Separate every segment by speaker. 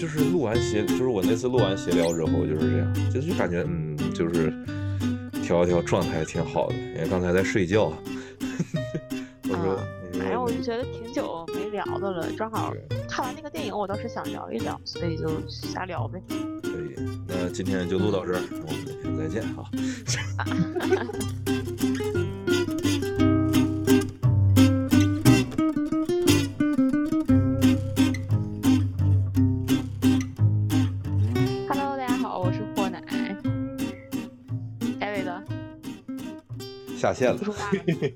Speaker 1: 就是就是我那次录完闲聊之后就是这样，就感觉就是调一调状态挺好的，因为刚才在睡觉。
Speaker 2: 反正我就觉得挺久没聊的了，正好看完那个电影，我倒是想聊一聊，所以就瞎聊呗。
Speaker 1: 可以，那今天就录到这儿，我们明天再见哈。
Speaker 2: Hello， 大家好，我是霍奶。David 的
Speaker 1: 下线了。
Speaker 2: 不说话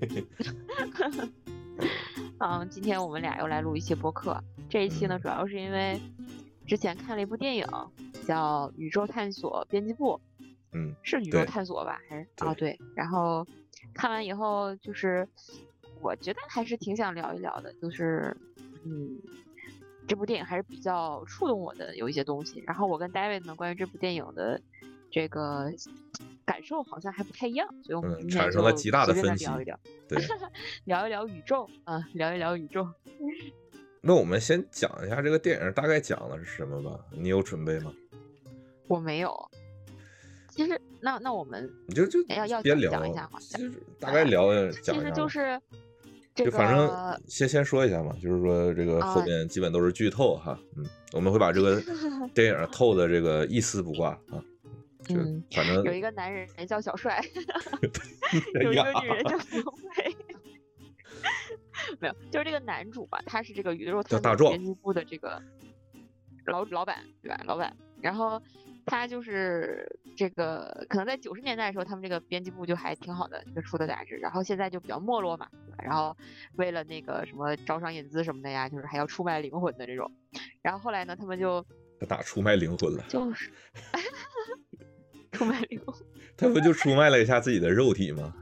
Speaker 2: 了。今天我们俩又来录一期播客。这一期呢，主要是因为之前看了一部电影，叫《宇宙探索编辑部》。是宇宙探索吧？还是对。然后看完以后，就是我觉得还是挺想聊一聊的，就是这部电影还是比较触动我的有一些东西。然后我跟 David 呢，关于这部电影的这个感受好像还不太一样，所以我们今天
Speaker 1: 产生了极大的分歧。
Speaker 2: 聊一聊，
Speaker 1: 对，
Speaker 2: 聊一聊宇宙聊一聊宇宙。
Speaker 1: 那我们先讲一下这个电影大概讲的是什么吧？你有准备吗？
Speaker 2: 我没有。其实那我们
Speaker 1: 你就
Speaker 2: 要
Speaker 1: 边聊
Speaker 2: 讲一下嘛，
Speaker 1: 就是大概聊讲一下。
Speaker 2: 其实就是这个，
Speaker 1: 就反正先说一下嘛，就是说这个后面基本都是剧透哈。我们会把这个电影透的这个一丝不挂啊。就反正
Speaker 2: 有一个男人叫小帅，有一个女人叫小美。没有，就是这个男主吧，他是这个宇宙探索编辑部的这个老板，对吧？老板，然后他就是这个，可能在90年代的时候，他们这个编辑部就还挺好的，这个出的杂志，然后现在就比较没落嘛，对吧？然后为了那个什么招商引资什么的呀，就是还要出卖灵魂的这种。然后后来呢，他们就
Speaker 1: 哪出卖灵魂了？
Speaker 2: 就是出卖灵魂，
Speaker 1: 他不就出卖了一下自己的肉体吗？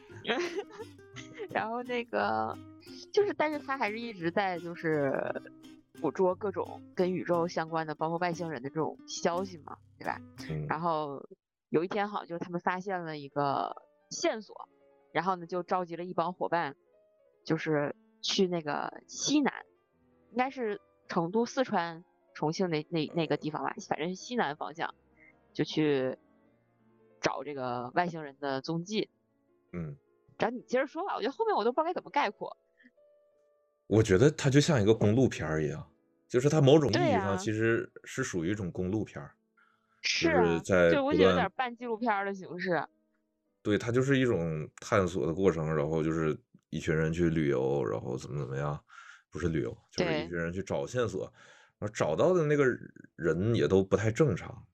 Speaker 2: 然后那个就是，但是他还是一直在就是捕捉各种跟宇宙相关的，包括外星人的这种消息嘛，对吧？然后有一天好像就是他们发现了一个线索，然后呢就召集了一帮伙伴，就是去那个西南，应该是成都、四川、重庆那个地方吧，反正是西南方向，就去找这个外星人的踪迹。然后你接着说吧，我觉得后面我都不知道该怎么概括。
Speaker 1: 我觉得它就像一个公路片一样，就是它某种意义上其实是属于一种公路片，就是在
Speaker 2: 就我觉得有点半纪录片的形式。
Speaker 1: 对，它就是一种探索的过程，然后就是一群人去旅游，然后怎么样，不是旅游，就是一群人去找线索，然后找到的那个人也都不太正常。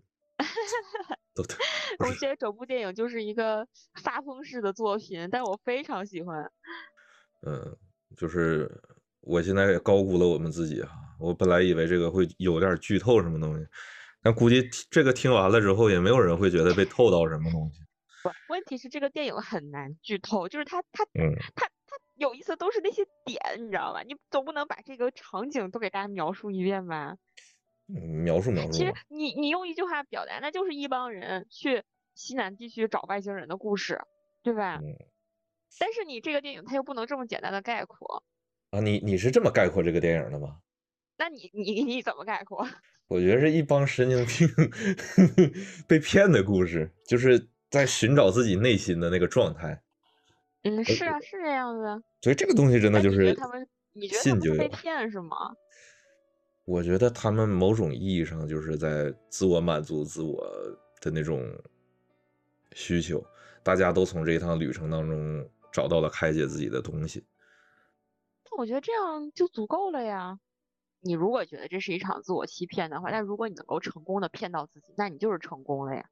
Speaker 2: 我觉得整部电影就是一个发疯式的作品，但是我非常喜欢。
Speaker 1: 就是我现在也高估了我们自己哈，我本来以为这个会有点剧透什么东西，但估计这个听完了之后，也没有人会觉得被透到什么东西。
Speaker 2: 不，问题是这个电影很难剧透，就是它有意思都是那些点，你知道吧？你总不能把这个场景都给大家描述一遍吧？
Speaker 1: 描述。
Speaker 2: 其实你用一句话表达，那就是一帮人去西南地区找外星人的故事，对吧？但是你这个电影它又不能这么简单的概括
Speaker 1: 啊！你是这么概括这个电影的吗？
Speaker 2: 那你怎么概括？
Speaker 1: 我觉得是一帮神经病被骗的故事，就是在寻找自己内心的那个状态。
Speaker 2: 是啊，是这样子。
Speaker 1: 所以这个东西真的就是
Speaker 2: 你觉得他们是被骗是吗？
Speaker 1: 我觉得他们某种意义上就是在自我满足自我的那种需求，大家都从这一趟旅程当中找到了开解自己的东西。
Speaker 2: 那我觉得这样就足够了呀。你如果觉得这是一场自我欺骗的话，但如果你能够成功的骗到自己，那你就是成功了呀。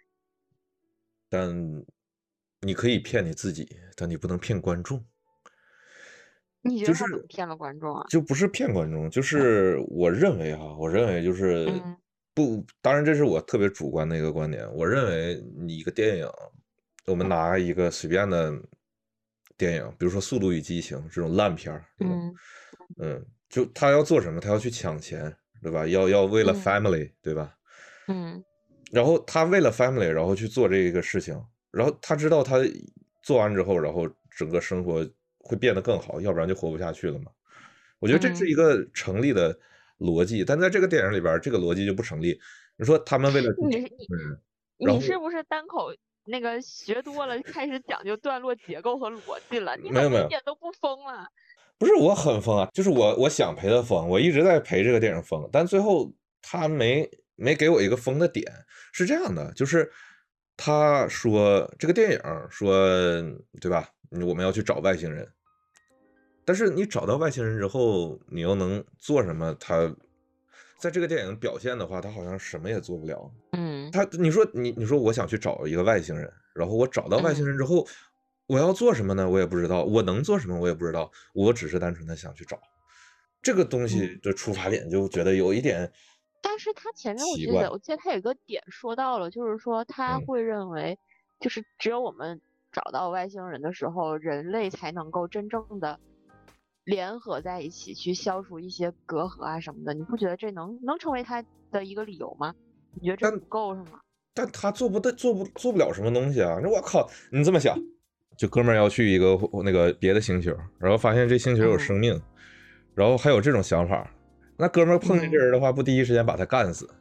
Speaker 1: 但你可以骗你自己，但你不能骗观众。
Speaker 2: 你觉得他怎么骗了观众啊？
Speaker 1: 就不是骗观众，就是我认为就是不，当然这是我特别主观的一个观点。我认为你一个电影，我们拿一个随便的电影，比如说《速度与激情》这种烂片，对吧？就他要做什么？他要去抢钱，对吧？要为了 family，对吧？然后他为了 family，然后去做这个事情，然后他知道他做完之后，然后整个生活会变得更好，要不然就活不下去了嘛。我觉得这是一个成立的逻辑，但在这个电影里边，这个逻辑就不成立。你说他们为了
Speaker 2: 你是不是单口那个学多了，开始讲究段落结构和逻辑了？你怎么一点都不疯了？
Speaker 1: 不是我很疯啊，就是我想陪他疯，我一直在陪这个电影疯，但最后他没给我一个疯的点。是这样的，就是他说这个电影说对吧，我们要去找外星人，但是你找到外星人之后，你又能做什么？他在这个电影表现的话，他好像什么也做不了。你说我想去找一个外星人，然后我找到外星人之后，我要做什么呢？我也不知道，我能做什么我也不知道，我只是单纯的想去找这个东西的出发点，就觉得有一点。
Speaker 2: 但是他前面我记得他有一个点说到了，就是说他会认为，就是只有我们找到外星人的时候，人类才能够真正的联合在一起去消除一些隔阂啊什么的。你不觉得这能成为他的一个理由吗？你觉得这不够是吗？
Speaker 1: 但他做不了什么东西啊！我靠，你这么想，就哥们儿要去一个那个别的星球，然后发现这星球有生命，然后还有这种想法，那哥们儿碰见这人的话，不第一时间把他干死？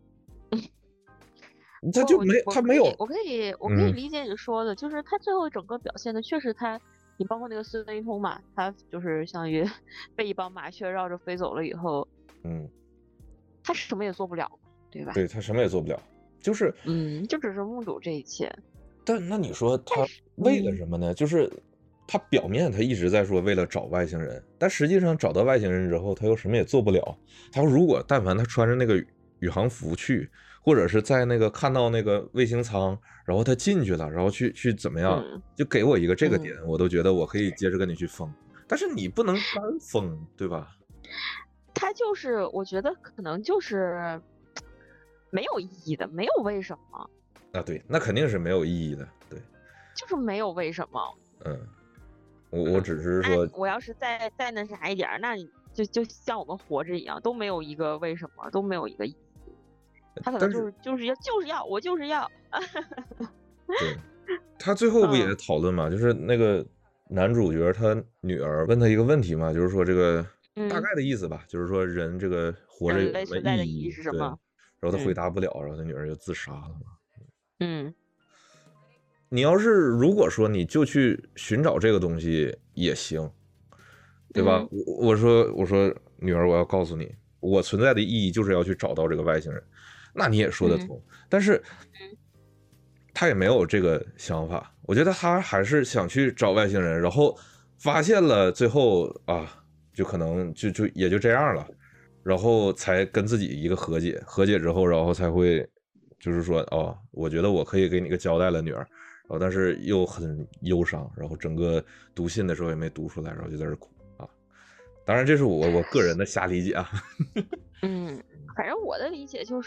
Speaker 1: 他就没有。
Speaker 2: 我可以理解你说的，就是他最后整个表现的确实你包括那个孙雷通嘛，他就是相当于被一帮麻雀绕着飞走了以后，他什么也做不了，对吧？
Speaker 1: 对，他什么也做不了，就是
Speaker 2: 就只是目睹这一切。
Speaker 1: 但那你说他为了什么呢？就是他表面他一直在说为了找外星人，但实际上找到外星人之后，他又什么也做不了。他如果但凡他穿着那个宇航服去，或者是在那个看到那个卫星舱，然后他进去了，然后去怎么样，就给我一个这个点，我都觉得我可以接着跟你去疯。但是你不能单疯，对吧？
Speaker 2: 他就是我觉得可能就是没有意义的，没有为什么
Speaker 1: 啊？对，那肯定是没有意义的，对，
Speaker 2: 就是没有为什么。
Speaker 1: 我只是说，
Speaker 2: 我要是再那啥一点，那你就像我们活着一样，都没有一个为什么，都没有一个意义。他可能就是要我就是要。
Speaker 1: 对，他最后不也讨论嘛，就是那个男主角他女儿问他一个问题嘛，就是说这个大概的意思吧，就是说人这个活着有什么意义
Speaker 2: 是什么？
Speaker 1: 然后他回答不了，然后他女儿就自杀了嘛。你要是如果说你就去寻找这个东西也行，对吧？我说女儿，我要告诉你，我存在的意义就是要去找到这个外星人，那你也说得通。但是他也没有这个想法，我觉得他还是想去找外星人，然后发现了，最后啊，就可能也就这样了，然后才跟自己一个和解之后，然后才会就是说，哦，我觉得我可以给你个交代了，女儿。但是又很忧伤，然后整个读信的时候也没读出来，然后就在这哭啊。当然，这是我个人的瞎理解啊。
Speaker 2: 反正我的理解就是，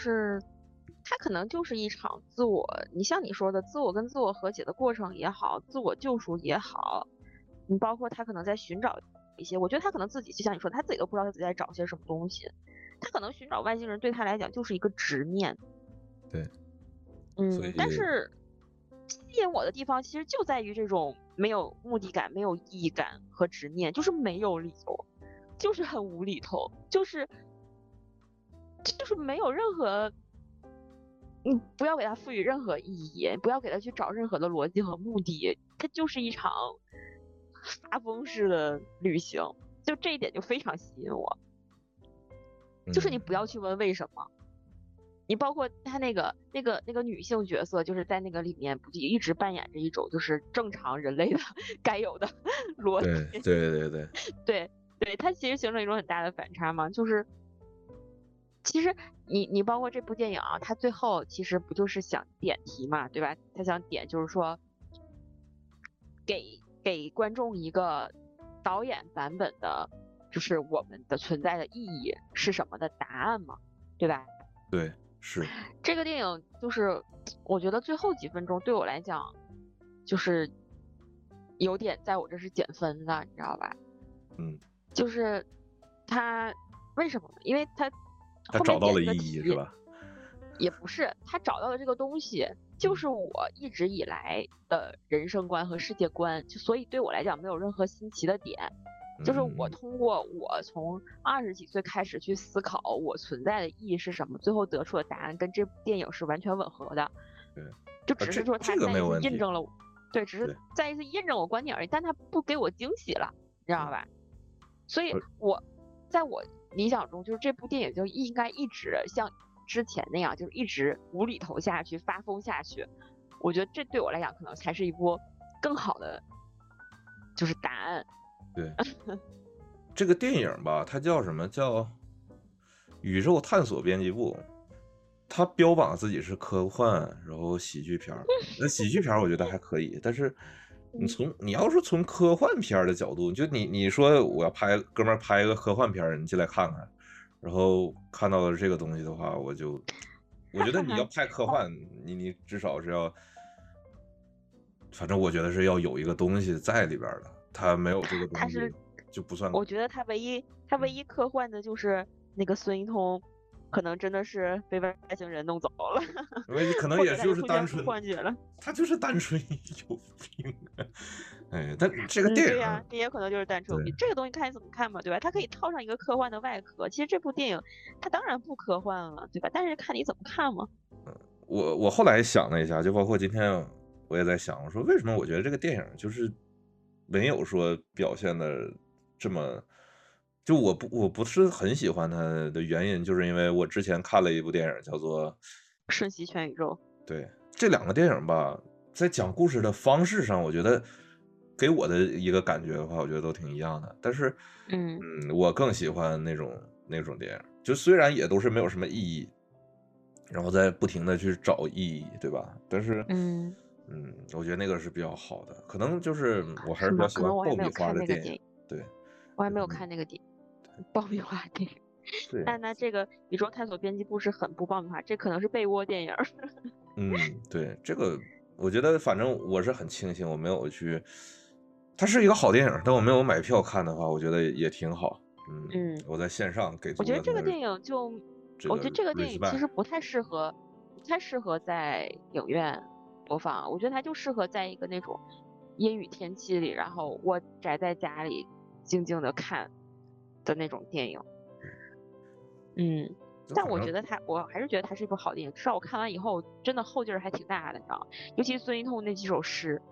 Speaker 2: 它可能就是一场自我，你像你说的，自我跟自我和解的过程也好，自我救赎也好，你包括他可能在寻找一些，我觉得他可能自己就像你说，他自己都不知道他自己在找些什么东西，他可能寻找外星人对他来讲就是一个执念。
Speaker 1: 对，
Speaker 2: 但是。吸引我的地方其实就在于这种没有目的感、没有意义感和执念，就是没有理由，就是很无厘头，就是没有任何，你不要给他赋予任何意义，不要给他去找任何的逻辑和目的，它就是一场发疯式的旅行，就这一点就非常吸引我，就是你不要去问为什么。你包括他那个女性角色，就是在那个里面不就一直扮演着一种就是正常人类的该有的逻辑。对，他其实形成一种很大的反差嘛，就是其实你包括这部电影啊，他最后其实不就是想点题嘛，对吧？他想点就是说给观众一个导演版本的，就是我们的存在的意义是什么的答案嘛，对吧？
Speaker 1: 对。是
Speaker 2: 这个电影，就是我觉得最后几分钟对我来讲，就是有点在我这是减分的，你知道吧？就是他为什么呢？因为他
Speaker 1: 找到了意义是吧？
Speaker 2: 也不是，他找到的这个东西就是我一直以来的人生观和世界观，所以对我来讲没有任何新奇的点。 就是我通过我从20几岁开始去思考我存在的意义是什么，最后得出的答案跟这部电影是完全吻合的。
Speaker 1: 对，
Speaker 2: 就只是说他再一次印证了我，对，只是再一次印证我观点而已，但他不给我惊喜了，你知道吧？所以在我理想中，就是这部电影就应该一直像之前那样，就是一直无厘头下去，发疯下去。我觉得这对我来讲，可能才是一部更好的就是答案。
Speaker 1: 对，这个电影吧，它叫什么？叫《宇宙探索编辑部》。它标榜自己是科幻，然后喜剧片。那喜剧片我觉得还可以，但是你要是从科幻片的角度，就你说我要哥们儿拍一个科幻片，你进来看看，然后看到了这个东西的话，我觉得你要拍科幻，你至少是要，反正我觉得是要有一个东西在里边的。他没有这个东西就不算。
Speaker 2: 我觉得他唯一科幻的就是那个孙一通，可能真的是被外星人弄走了，
Speaker 1: 可能也就是单纯
Speaker 2: 幻觉了。
Speaker 1: 他就是单纯有病啊！哎，但这个电影，
Speaker 2: 对呀，也可能就是单纯有病。这个东西看你怎么看嘛，对吧？它可以套上一个科幻的外壳。其实这部电影它当然不科幻了，对吧？但是看你怎么看嘛。
Speaker 1: 我后来想了一下，就包括今天我也在想，我说为什么我觉得这个电影就是没有说表现的这么，就我不是很喜欢它的原因，就是因为我之前看了一部电影叫做《
Speaker 2: 瞬息全宇宙》。
Speaker 1: 对，这两个电影吧，在讲故事的方式上，我觉得给我的一个感觉的话，我觉得都挺一样的。但是，我更喜欢那种电影，就虽然也都是没有什么意义，然后在不停的去找意义，对吧？但是，我觉得那个是比较好的。可能就是我还是比较喜欢爆米花的电影。对，
Speaker 2: 我还没有看那个电影，爆米花电影。
Speaker 1: 对，
Speaker 2: 那这个宇宙探索编辑部是很不爆米花，这可能是被窝电影。
Speaker 1: 对，这个我觉得反正我是很庆幸我没有去，它是一个好电影，但我没有买票看的话，我觉得也挺好。我在线上给足了。
Speaker 2: 我觉得这个电影我觉得这个电影其实不太适合在影院播放，我觉得它就适合在一个那种阴雨天气里，然后我宅在家里静静的看的那种电影。但我觉得我还是觉得它是一部好电影，至少我看完以后真的后劲儿还挺大的，你知道吗？尤其孙一通那几首诗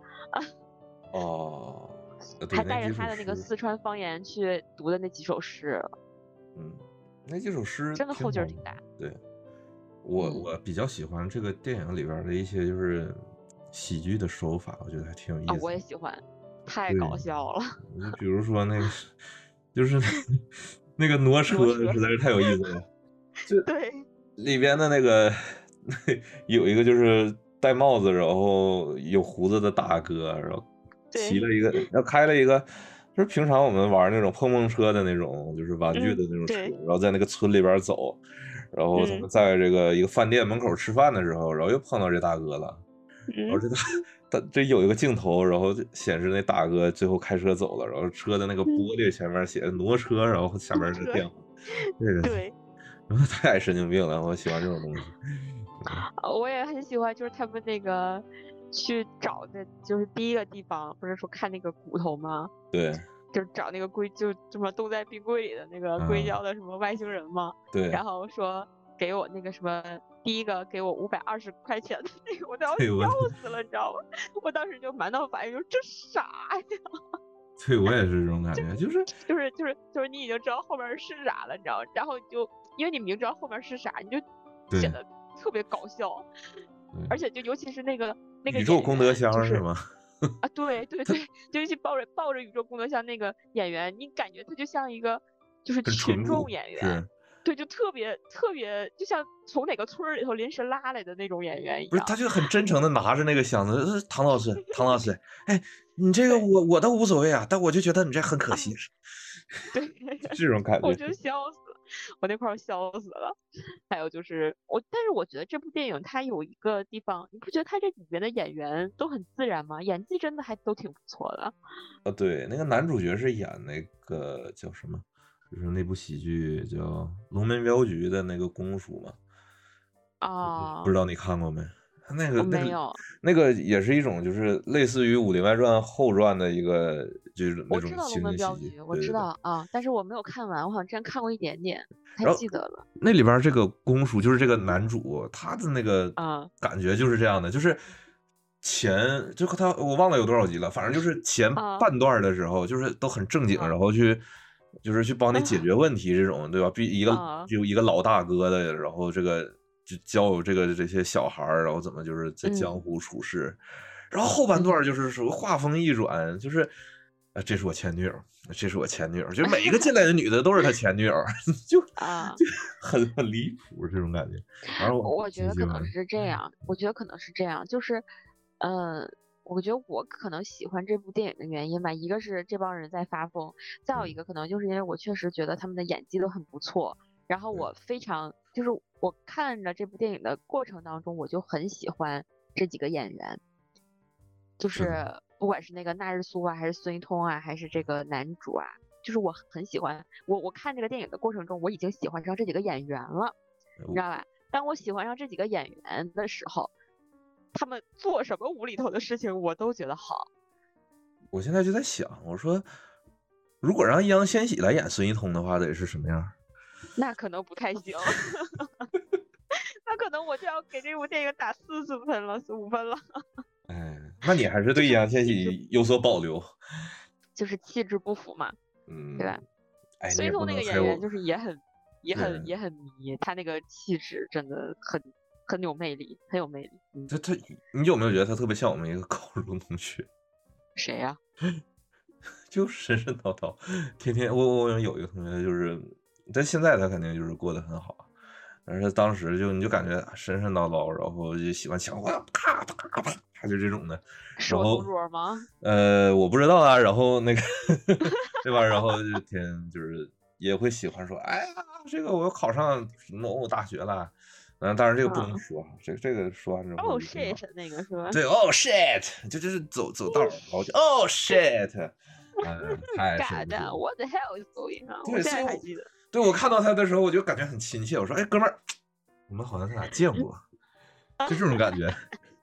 Speaker 2: 还带着他的那个四川方言去读的那几首诗，
Speaker 1: 那几首诗
Speaker 2: 真的后劲儿挺大。
Speaker 1: 对，我比较喜欢这个电影里边的一些就是喜剧的手法，我觉得还挺有意思。
Speaker 2: 我也喜欢，太搞笑了。
Speaker 1: 就比如说那个，就是那个挪车实在是太有意思了。
Speaker 2: 对，
Speaker 1: 里边的那个有一个就是戴帽子，然后有胡子的大哥，然后开了一个，就是平常我们玩那种碰碰车的那种，就是玩具的那种车，然后在那个村里边走，然后他们在这个一个饭店门口吃饭的时候，然后又碰到这大哥了，然后这有一个镜头，然后显示那大哥最后开车走了，然后车的那个玻璃前面写挪车，然后下面是电话，
Speaker 2: 对。
Speaker 1: 然后太神经病了，我喜欢这种东西。
Speaker 2: 我也很喜欢，就是他们那个去找的，就是第一个地方，不是说看那个骨头吗？
Speaker 1: 对，
Speaker 2: 就是找那个就这么冻在冰柜里的那个硅胶的什么外星人嘛。
Speaker 1: 对。
Speaker 2: 然后说给我那个什么，第一个给我520块钱的那个，我都要笑死了，你知道吗？我当时就满脑反应说这啥呀？
Speaker 1: 对，我也是这种感觉，就是
Speaker 2: 你已经知道后面是啥了，你知道吗？然后因为你明知道后面是啥，你就显得特别搞笑，而且就尤其是那个
Speaker 1: 宇宙功德箱
Speaker 2: 是
Speaker 1: 吗？
Speaker 2: 对，尤其抱着宇宙功德箱那个演员，你感觉他就像一个就是群众演员，对，就特别就像从哪个村里头临时拉来的那种演员一样。
Speaker 1: 不是，他就很真诚的拿着那个箱子，唐老师，哎，你这个我倒无所谓啊，但我就觉得你这很可惜。
Speaker 2: 对，
Speaker 1: 这种感觉，
Speaker 2: 我就笑死了，我那块笑死了。还有就是但是我觉得这部电影它有一个地方，你不觉得它这里面的演员都很自然吗？演技真的还都挺不错的。
Speaker 1: 对，那个男主角是演那个叫什么，就是那部喜剧叫《龙门镖局》的那个公主嘛。不知道你看过没？那个也是一种就是类似于《武林外传》后传的一个， 就是那种
Speaker 2: 我知道龙
Speaker 1: 情景喜剧，
Speaker 2: 门镖局，我
Speaker 1: 对对对。
Speaker 2: 知道啊，但是我没有看完，我好像之前看过一点点，不太
Speaker 1: 然后
Speaker 2: 记得了。
Speaker 1: 那里边这个公叔就是这个男主，他的那个感觉就是这样的，就是就他我忘了有多少集了，反正就是前半段的时候，就是都很正经，然后就是去帮你解决问题这种，对吧？就一个老大哥的，然后这个就教这些小孩然后怎么就是在江湖处事，然后后半段就是属于画风一转，就是这是我前女友，这是我前女友，就每一个进来的女的都是他前女友，就很离谱这种感觉。然后
Speaker 2: 我觉得可能是这样，就是，我觉得我可能喜欢这部电影的原因吧，一个是这帮人在发疯，再有一个可能就是因为我确实觉得他们的演技都很不错，然后我非常就是我看着这部电影的过程当中，我就很喜欢这几个演员，就是不管是那个纳日苏啊，还是孙一通啊，还是这个男主啊，就是我很喜欢我看这个电影的过程中，我已经喜欢上这几个演员了，你知道吧？当我喜欢上这几个演员的时候，他们做什么无厘头的事情我都觉得好。
Speaker 1: 我现在就在想，我说如果让易烊千玺来演孙一通的话，得是什么样？
Speaker 2: 那可能不太行，那可能我就要给这部电影打4分了，5分了。
Speaker 1: 哎，那你还是对易烊千玺有所保留，
Speaker 2: 就是气质不符嘛，对吧？孙一通那个演员就是也很迷，他那个气质真的很有魅力，很有魅力。
Speaker 1: 你有没有觉得他特别像我们一个高中同学？
Speaker 2: 谁呀？
Speaker 1: 就是神神叨叨，天天我有一个同学就是，但现在他肯定就是过得很好，但是他当时你就感觉神神叨叨，然后就喜欢抢话，啪啪啪，就这种的。
Speaker 2: 是我同桌吗？
Speaker 1: 我不知道啊。然后那个对吧？然后就就是也会喜欢说，哎呀，这个我又考上某某大学了。当然这个不能说，这个说完之后。
Speaker 2: Oh shit，那个是吧？
Speaker 1: 对 ，Oh shit，就是走道，然后就 Oh shit，太神奇了。
Speaker 2: What the hell is going on？我现在还记得。
Speaker 1: 对，我看到他的时候，我就感觉很亲切。我说，哎，哥们儿，我们好像在哪见过，就这种感觉。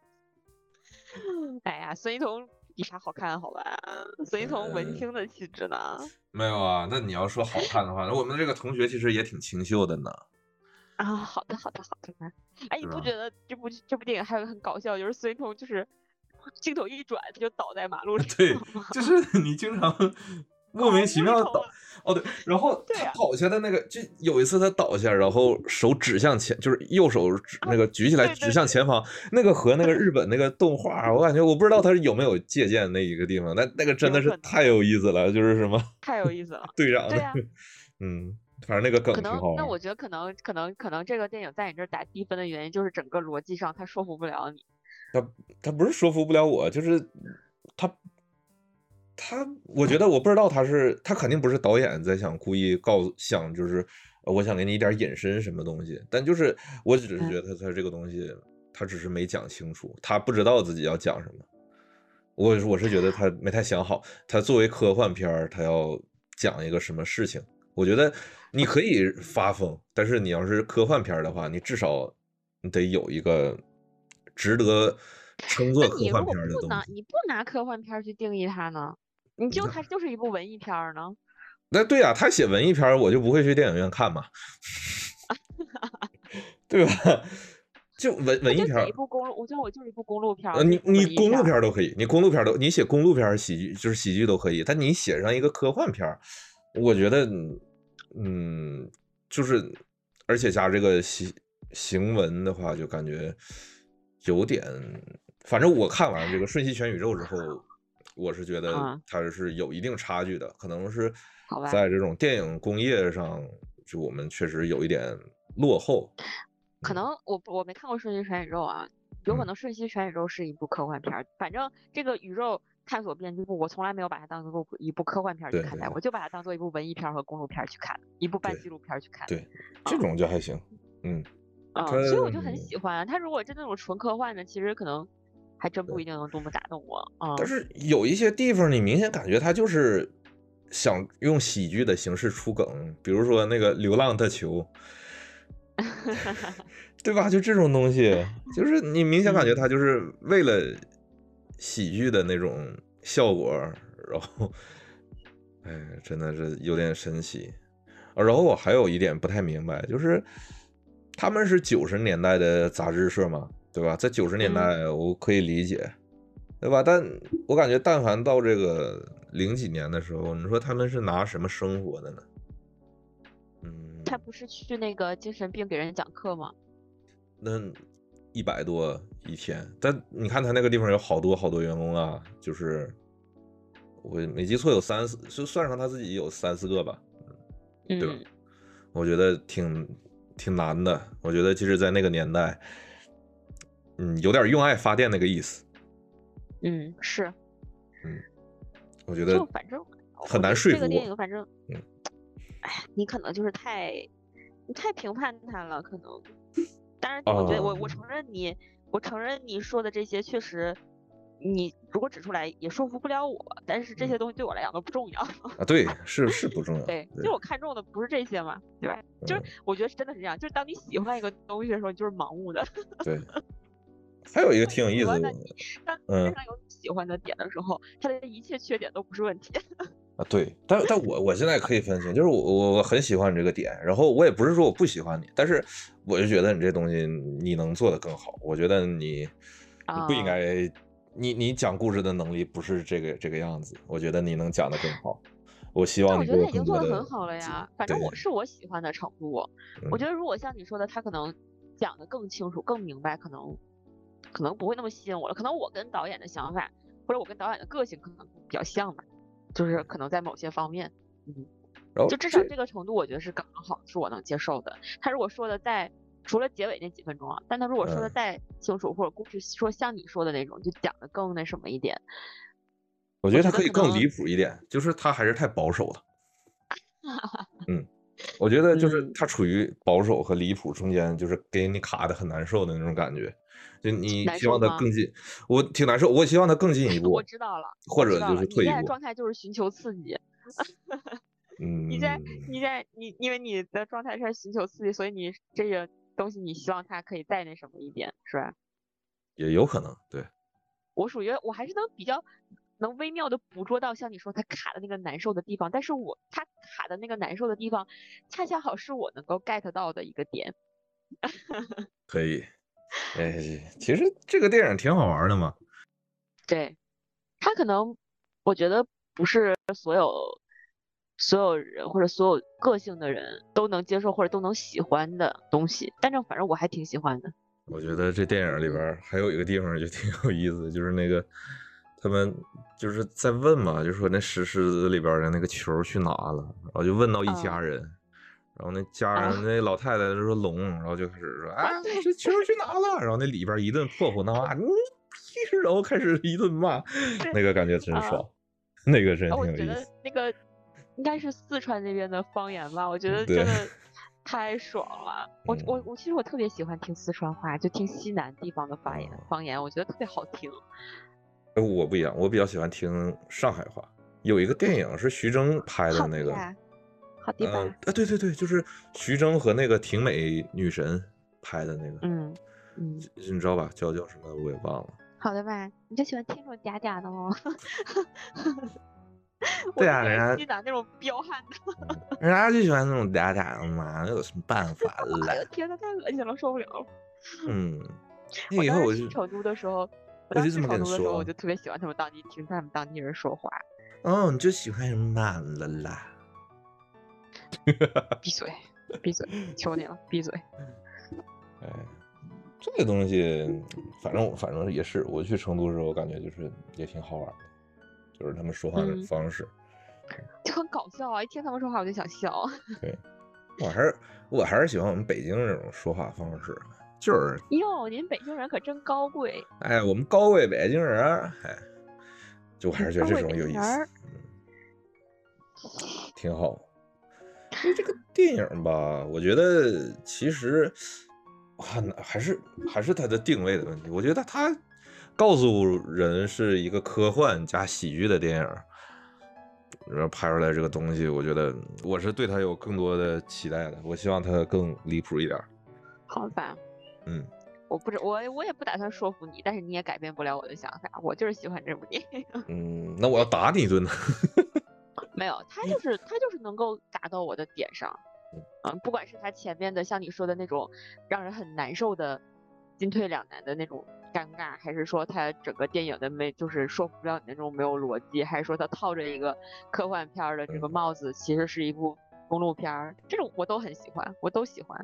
Speaker 2: 哎呀，孙一通比啥好看好吧？孙一通文青的气质呢？
Speaker 1: 没有啊，那你要说好看的话，那我们这个同学其实也挺清秀的呢。
Speaker 2: 啊，好的。哎，你不觉得这部电影还有个很搞笑，就是孙一通就是镜头一转，他就倒在马路上。
Speaker 1: 对，就是你经常莫名其妙的倒。哦，对，然后他倒下的那个，就有一次他倒下，然后手指向前，就是右手那个举起来指向前方，那个和那个日本那个动画，我感觉我不知道他有没有借鉴那一个地方，那个真的是太有意思了，就是什么
Speaker 2: 太有意思了，
Speaker 1: 队长的，
Speaker 2: 对呀，
Speaker 1: 反正那个梗
Speaker 2: 可能，
Speaker 1: 挺好玩。
Speaker 2: 那我觉得可能这个电影在你这儿打低分的原因，就是整个逻辑上它说服不了你。
Speaker 1: 他不是说服不了我，就是他，我觉得我不知道他肯定不是导演在想故意想就是我想给你一点引申什么东西，但就是我只是觉得他这个东西他只是没讲清楚，他不知道自己要讲什么。我是觉得他没太想好，他作为科幻片他要讲一个什么事情。我觉得你可以发疯，但是你要是科幻片的话，你至少你得有一个值得称作科幻片的东西。
Speaker 2: 你不拿科幻片去定义它呢？它就是一部文艺片呢？
Speaker 1: 那对呀，他写文艺片，我就不会去电影院看嘛，对吧？就文艺片，
Speaker 2: 我觉得我就是一部公路片。
Speaker 1: 你公路片都可以，你写公路片喜剧就是喜剧都可以，但你写上一个科幻片，我觉得，就是，而且加这个行文的话，就感觉有点，反正我看完这个《瞬息全宇宙》之后，我是觉得它是有一定差距的，可能是在这种电影工业上，就我们确实有一点落后。
Speaker 2: 可能我没看过《瞬息全宇宙》啊，有可能《瞬息全宇宙》是一部科幻片，反正这个宇宙探索编辑部，我从来没有把它当做一部科幻片去看待，我就把它当做一部文艺片和公路片去看，一部半纪录片去看。
Speaker 1: 对，这种就还行，
Speaker 2: 所以我就很喜欢。他如果真的那种纯科幻的，其实可能还真不一定能多么打动我。
Speaker 1: 但是有一些地方，你明显感觉他就是想用喜剧的形式出梗，比如说那个《流浪的球》。对吧？就这种东西，就是你明显感觉他就是为了喜剧的那种效果，然后哎，真的是有点神奇。然后我还有一点不太明白，就是他们是90年代的杂志社嘛，对吧？在90年代我可以理解，对吧？但我感觉但凡到这个零几年的时候，你说他们是拿什么生活的呢？
Speaker 2: 他不是去那个精神病给人讲课吗？
Speaker 1: 那100多一天，但你看他那个地方有好多好多员工啊，就是我没记错有3、4，就算上他自己有3、4个吧，对吧？我觉得挺难的。我觉得其实，在那个年代，有点用爱发电那个意思。
Speaker 2: 是。
Speaker 1: 我觉得
Speaker 2: 反正
Speaker 1: 很难说服我。
Speaker 2: 这个电影反正，哎呀，你可能就是你太评判他了，可能。当然，我觉得我承认你说的这些确实，你如果指出来也说服不了我，但是这些东西对我来讲都不重要
Speaker 1: 啊。对，是不重要。
Speaker 2: 对，就我看中的不是这些嘛，对吧？就是我觉得真的是这样，就是当你喜欢一个东西的时候，你就是盲目的。
Speaker 1: 对。还有一个挺有意思的，
Speaker 2: 当你身上有喜欢的点的时候，它的一切缺点都不是问题。
Speaker 1: 啊，对，但我现在可以分清，就是我很喜欢你这个点，然后我也不是说我不喜欢你，但是我就觉得你这东西你能做得更好，我觉得你不应该，你讲故事的能力不是这个样子，我觉得你能讲得更好。我希望你给我更多的。
Speaker 2: 我觉得他已经做得很好了呀，反正我喜欢的程度。我觉得如果像你说的，他可能讲得更清楚、更明白，可能不会那么吸引我了。可能我跟导演的想法，或者我跟导演的个性可能比较像吧，就是可能在某些方面，就至少这个程度，我觉得是刚刚好，是我能接受的。他如果说的除了结尾那几分钟啊，但他如果说的再清楚，或者故事说像你说的那种，就讲的更那什么一点。
Speaker 1: 我觉得他可以更离谱一点，就是他还是太保守了。我觉得就是他处于保守和离谱中间，就是给你卡的很难受的那种感觉。就你希望他更进，我挺难受。我希望他更进一步。
Speaker 2: 我知道了，
Speaker 1: 或者就是退一步。
Speaker 2: 你现在状态就是寻求刺激。因为你的状态是寻求刺激，所以你这个东西你希望它可以再那什么一点，是吧？
Speaker 1: 也有可能，对。
Speaker 2: 我还是比较能微妙的捕捉到像你说他卡的那个难受的地方，但是他卡的那个难受的地方，恰恰好是我能够 get 到的一个点。
Speaker 1: 可以。其实这个电影挺好玩的嘛。
Speaker 2: 对，他可能我觉得不是所有人或者所有个性的人都能接受或者都能喜欢的东西，反正我还挺喜欢的。
Speaker 1: 我觉得这电影里边还有一个地方就挺有意思，就是那个他们就是在问嘛，就说那石狮子里边的那个球去哪了，然后就问到一家人，然后那家人那老太太就说龙，然后就开始说啊这球去哪了，然后那里边一顿破口闹骂，然后开始一顿骂，那个感觉真爽，那个真挺有意思。
Speaker 2: 我觉得那个应该是四川那边的方言吧，我觉得真的太爽了。我其实我特别喜欢听四川话，就听西南地方的方言，我觉得特别好听。
Speaker 1: 我不一样，我比较喜欢听上海话。有一个电影是徐峥拍的那个，
Speaker 2: 好的吧？
Speaker 1: 对，就是徐峥和那个挺美女神拍的那个，你知道吧？叫什么我也忘了。
Speaker 2: 好的吧？你就喜欢听这种嗲嗲的吗？
Speaker 1: 对啊，人家
Speaker 2: 西南那种彪悍的，
Speaker 1: 人家就喜欢那种嗲嗲的嘛，那有什么办法了？
Speaker 2: 哎呦天呐，太恶心了，受不了了。
Speaker 1: 那以后我就
Speaker 2: 去成都的时候，我就特别喜欢他们听他们当地人说话。
Speaker 1: 哦，你就喜欢人慢了啦。
Speaker 2: 闭嘴，闭嘴，求你了，闭嘴。
Speaker 1: 这个东西，反正也是，我去成都的时候，感觉就是也挺好玩的，就是他们说话的方式，
Speaker 2: 就很搞笑啊！一听他们说话我就想笑。
Speaker 1: 对，我还是喜欢我们北京这种说话方式，就是
Speaker 2: 哟，您北京人可真高贵。
Speaker 1: 哎，我们高贵北京人，就我还是觉得这种有意思，挺好。所以这个电影吧，我觉得其实还是它的定位的问题。我觉得它告诉人是一个科幻加喜剧的电影，然后拍出来这个东西，我觉得我是对它有更多的期待的。我希望它更离谱一点。
Speaker 2: 好吧。我也不打算说服你，但是你也改变不了我的想法。我就是喜欢这部电影。
Speaker 1: 那我要打你一顿呢。
Speaker 2: 没有，他就是能够打到我的点上，不管是他前面的像你说的那种让人很难受的进退两难的那种尴尬，还是说他整个电影的就是说服不了你那种没有逻辑，还是说他套着一个科幻片的这个帽子，其实是一部公路片，这种我都很喜欢，我都喜欢。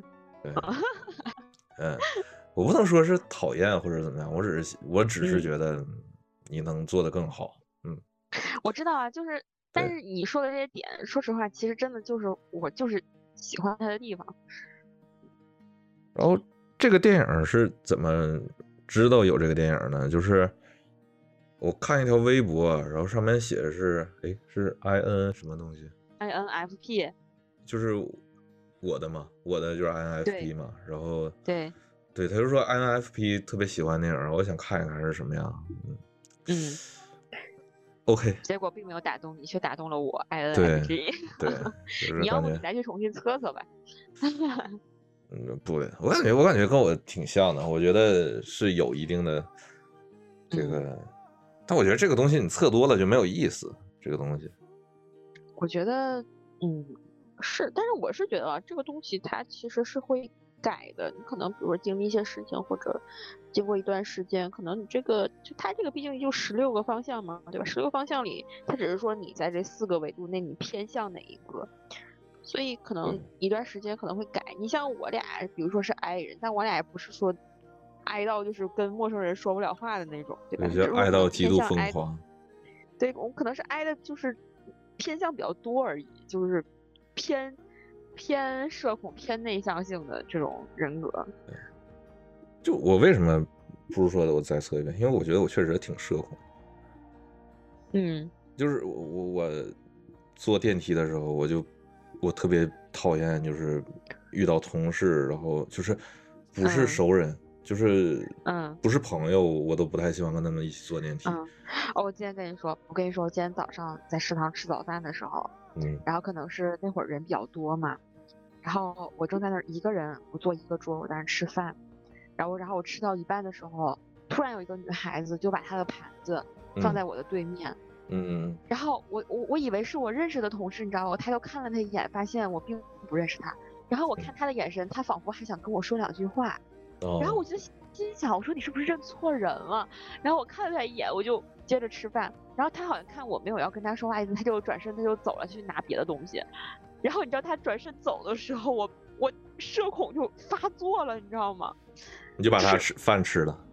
Speaker 1: 我不能说是讨厌或者怎么样，我只是觉得你能做得更好。
Speaker 2: 我知道啊，但是你说的这些点，说实话，其实真的就是我就是喜欢他的地方。
Speaker 1: 然后这个电影是怎么知道有这个电影呢？就是我看一条微博，然后上面写的是IN 什么东西
Speaker 2: INFP
Speaker 1: 就是我的就是 INFP 嘛，然后
Speaker 2: 对，
Speaker 1: 他就说 INFP 特别喜欢电影，我想看一看是什么样。OK，
Speaker 2: 结果并没有打动你，却打动了我
Speaker 1: INFP。对，
Speaker 2: 你要不你再去重新测测吧。
Speaker 1: 不，我感觉跟我挺像的，我觉得是有一定的这个，但我觉得这个东西你测多了就没有意思，这个东西。
Speaker 2: 我觉得，是，但是我是觉得这个东西它其实是会改的，你可能比如说经历一些事情，或者经过一段时间，可能你它这个毕竟就16个方向嘛，对吧？16个方向里，它只是说你在这4个维度内你偏向哪一个，所以可能一段时间可能会改。你像我俩，比如说是 I 人，但我俩也不是说 I 到就是跟陌生人说不了话的那种，对吧？
Speaker 1: 就爱到极度疯狂。
Speaker 2: 对，我可能是 I 的，就是偏向比较多而已，就是偏社恐、偏内向性的这种人格。
Speaker 1: 就我为什么不是说的我再测一遍？因为我觉得我确实挺社恐。就是我坐电梯的时候，我特别讨厌就是遇到同事，然后就是不是熟人，就是不是朋友，我都不太喜欢跟他们一起坐电梯。
Speaker 2: 我今天跟你说，我今天早上在食堂吃早饭的时候，然后可能是那会儿人比较多嘛，然后我正在那儿一个人，我坐一个桌，我在那吃饭，然后我吃到一半的时候，突然有一个女孩子就把她的盘子放在我的对面。然后我以为是我认识的同事，你知道吗？我抬头看了他一眼，发现我并不认识他。然后我看他的眼神，他仿佛还想跟我说2句话。然后我就心想，我说你是不是认错人了？然后我看了他一眼，我就接着吃饭。然后他好像看我没有要跟他说话意思，他就转身他就走了去拿别的东西。然后你知道他转身走的时候，我社恐就发作了，你知道吗？
Speaker 1: 你就把他饭吃了。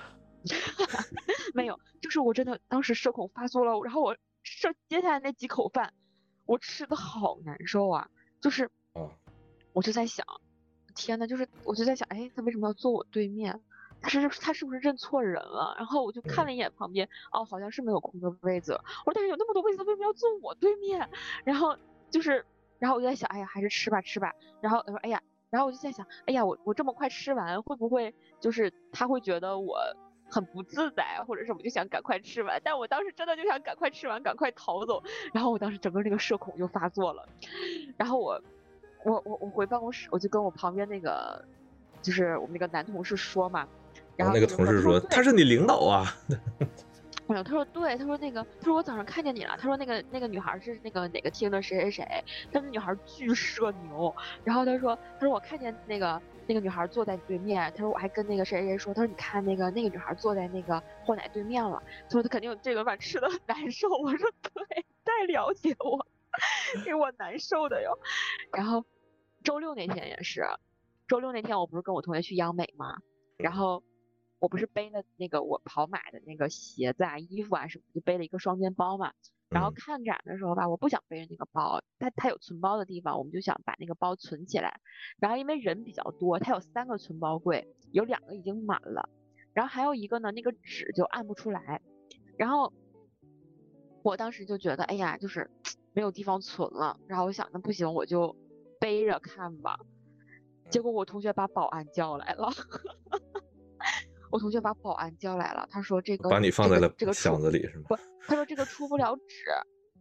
Speaker 2: 没有，就是我真的当时社恐发作了，然后我接下来那几口饭，我吃的好难受啊，就是我就在想，天呐，就是我就在想，哎，他为什么要坐我对面？他是不是认错人了？然后我就看了一眼旁边，哦，好像是没有空的位子。我说但是有那么多位子，他为什么要坐我对面？然后我就在想，哎呀，还是吃吧吃吧。然后他说，哎呀，然后我就在想，哎呀，我这么快吃完，会不会就是他会觉得我很不自在，或者是我就想赶快吃完，但我当时真的就想赶快吃完，赶快逃走。然后我当时整个这个社恐就发作了，然后我回办公室，我就跟我旁边那个就是我们那个男同事说嘛，然后
Speaker 1: 那个同事说他是你领导啊。
Speaker 2: 他说对，他说我早上看见你了，他说那个女孩是那个哪个厅的谁谁谁，他说女孩巨社牛，然后他说我看见那个女孩坐在你对面，他说我还跟那个谁谁说，他说你看那个女孩坐在那个霍奶对面了，他说他肯定这顿饭吃的很难受，我说对，太了解我，给我难受的哟。然后周六那天也是，周六那天我不是跟我同学去央美吗？然后我不是背了那个我跑马的那个鞋子啊、衣服啊什么，就背了一个双肩包嘛。然后看展的时候吧，我不想背着那个包，它有存包的地方，我们就想把那个包存起来。然后因为人比较多，它有3个存包柜，有2个已经满了，然后还有一个呢，那个纸就按不出来。然后我当时就觉得，哎呀，就是没有地方存了。然后我想，那不行，我就背着看吧。结果我同学把保安叫来了。我同学把保安叫来了，他说这个
Speaker 1: 把你放在了
Speaker 2: 这个
Speaker 1: 箱子里是吗？
Speaker 2: 不，他说这个出不了纸。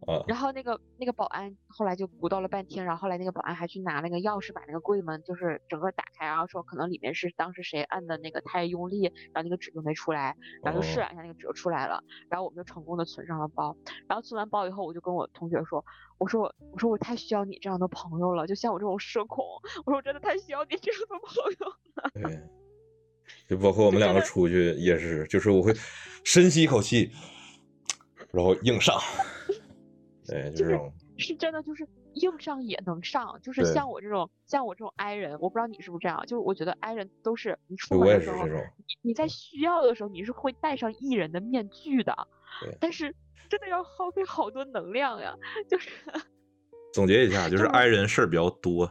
Speaker 2: 然后那个保安后来就鼓捣了半天，然后后来那个保安还去拿那个钥匙把那个柜门就是整个打开，然后说可能里面是当时谁按的那个太用力，然后那个纸就没出来，然后就试两下那个纸就出来了，然后我们就成功的存上了包。然后存完包以后，我就跟我同学说，我说我太需要你这样的朋友了，就像我这种社恐，我说我真的太需要你这样的朋友了。
Speaker 1: 对，就包括我们两个出去也是，就是我会深吸一口气，然后硬上。对，就这种
Speaker 2: 是真的，就是硬上也能上，就是像我这种 I 人，我不知道你是不是这样，就是我觉得 I 人都是你出门的时候，你在需要的时候你是会戴上 E 人的面具的，但是真的要耗费好多能量呀，就是
Speaker 1: 总结一下，就是 I 人事儿比较多。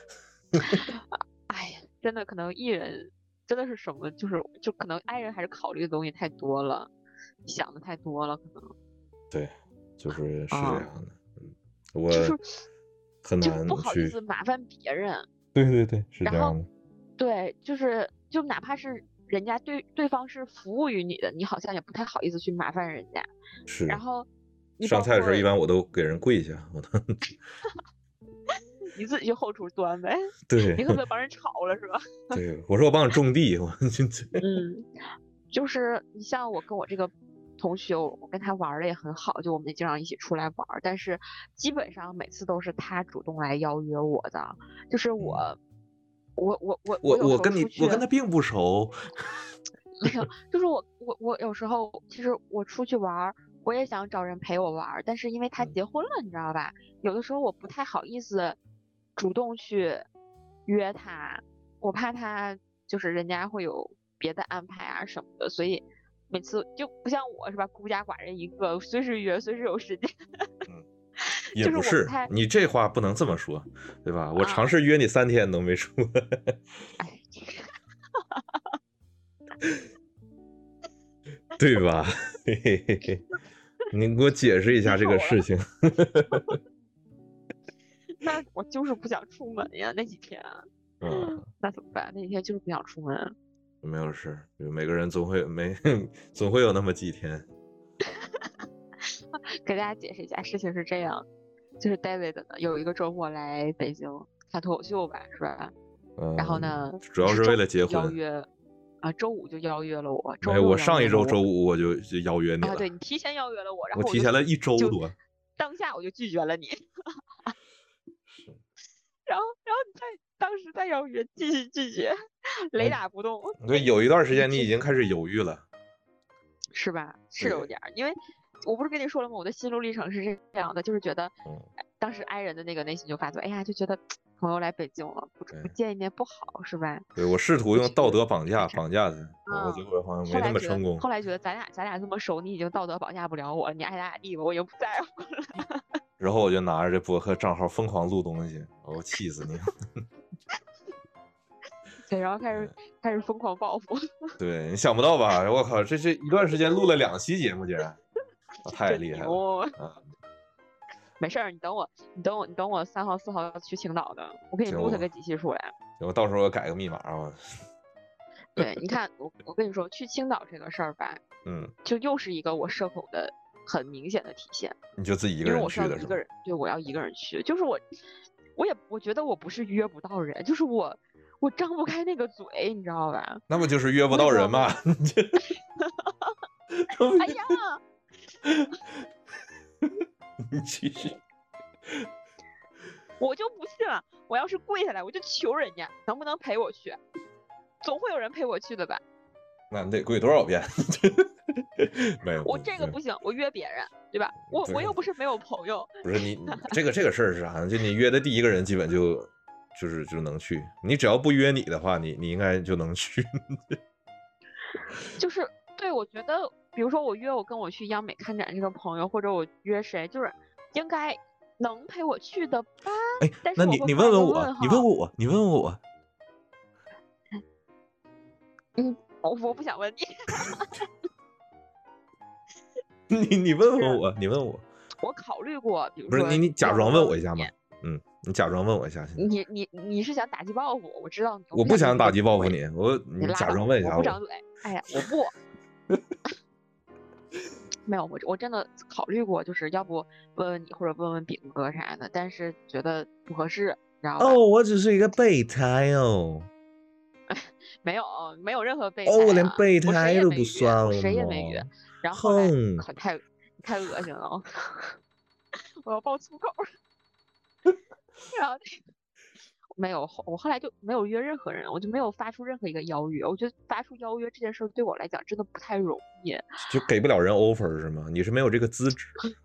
Speaker 2: 哎呀，真的可能 E 人真的是什么，就可能 I 人还是考虑的东西太多了，想的太多了，可能。
Speaker 1: 对，就是这样的。我很
Speaker 2: 就是
Speaker 1: 难
Speaker 2: 不好意思麻烦别人。
Speaker 1: 对对对，是这样的。
Speaker 2: 对，就哪怕是人家对方是服务于你的，你好像也不太好意思去麻烦人家。
Speaker 1: 是。
Speaker 2: 然后
Speaker 1: 上菜的时候，一般我都给人跪下。
Speaker 2: 你自己去后厨端呗。
Speaker 1: 对。
Speaker 2: 你可不可以帮人炒了是吧？
Speaker 1: 对，我说我帮你种地。
Speaker 2: 就是你像我跟我这个同学，我跟他玩的也很好，就我们经常一起出来玩，但是基本上每次都是他主动来邀约我的，就是我
Speaker 1: 跟他并不熟。
Speaker 2: 没有，就是我有时候其实我出去玩，我也想找人陪我玩，但是因为他结婚了，你知道吧？有的时候我不太好意思主动去约他，我怕他就是人家会有别的安排啊什么的，所以每次就不像我是吧，孤家寡人一个，随时约，随时有时间。
Speaker 1: 也不是，你这话不能这么说，对吧？我尝试约你3天都没出。
Speaker 2: 哎，
Speaker 1: 对吧？你给我解释一下这个事情。
Speaker 2: 那我就是不想出门呀，那几天。那怎么办？那几天就是不想出门。
Speaker 1: 没有事，每个人总会有那么几天。
Speaker 2: 给大家解释一下，事情是这样，就是 David 呢有一个周末来北京看脱口秀吧，是吧？然后呢，
Speaker 1: 主要是为了结婚。
Speaker 2: 邀约啊，周五就邀约了我。
Speaker 1: 我上一周周五我就邀约你了。
Speaker 2: 对，你提前邀约了我，然后
Speaker 1: 我提前了1周多。
Speaker 2: 当下我就拒绝了你。然后你当时再邀约，继续拒绝，雷打不动。
Speaker 1: 对，有一段时间你已经开始犹豫了，
Speaker 2: 是吧？是有点，因为我不是跟你说了吗？我的心路历程是这样的，就是觉得，当时爱人的那个内心就发作，哎呀，就觉得朋友来北京了，不见一面不好，是吧？
Speaker 1: 对，我试图用道德绑架他，然后结果好像没那么成功。
Speaker 2: 后来觉得咱俩这么熟，你已经道德绑架不了我，你爱咋地吧，我已经不在乎了。
Speaker 1: 然后我就拿着这博客账号疯狂录东西，我气死你！
Speaker 2: 对，然后开始疯狂报复。
Speaker 1: 对，你想不到吧？我靠，这一段时间录了2期节目，竟然，太厉害了！
Speaker 2: 没事儿，你等我3号4号要去青岛的，我给你录他个几期出来。
Speaker 1: 我到时候改个密码啊。
Speaker 2: 对，你看我跟你说，去青岛这个事儿吧，就又是一个我社恐的很明显的体现。
Speaker 1: 你就自己一个人去的是吧？
Speaker 2: 因为我是要一个人，对，我要一个人去，就是我觉得我不是约不到人，就是我张不开那个嘴，你知道吧？
Speaker 1: 那不就是约不到人吗？
Speaker 2: 哎呀，
Speaker 1: 你继续。
Speaker 2: 我就不信了，我要是跪下来，我就求人家能不能陪我去，总会有人陪我去的吧？
Speaker 1: 那你得跪多少遍？没有，
Speaker 2: 我这个不行，我约别人，对吧？我又不是没有朋友。
Speaker 1: 不是你这个事儿是啥呢？就你约的第一个人，基本就能去。你只要不约你的话，你应该就能去。
Speaker 2: 就是对，我觉得，比如说我约我跟我去央美看展这个朋友，或者我约谁，就是应该能陪我去的吧？
Speaker 1: 哎，那你问问我，你问问我。
Speaker 2: 我不想问
Speaker 1: 你。你问问我，你问我。
Speaker 2: 我考虑过，比如
Speaker 1: 说，不是你假装问我一下嘛？你假装问我一下。
Speaker 2: 你是想打击报复？我知道你。
Speaker 1: 我不想打击报复你，你假装问一下
Speaker 2: 我不张嘴。哎呀，我不。 没有，我真的考虑过，就是要不问问你或者问问饼哥啥的，但是觉得不合适，知道吧？
Speaker 1: 哦，我只是一个备胎哦。
Speaker 2: 没有任何备
Speaker 1: 哦，我连
Speaker 2: 胎啊，我谁
Speaker 1: 备胎都不
Speaker 2: 也没约，我
Speaker 1: 算了
Speaker 2: 谁也没约。
Speaker 1: 吗？
Speaker 2: 然后后来
Speaker 1: 哼，
Speaker 2: 太恶心了，我要爆粗口。然后没有我后来就没有约任何人，我就没有发出任何一个邀约。我觉得发出邀约这件事对我来讲真的不太容易，
Speaker 1: 就给不了人 offer 是吗？你是没有这个资质。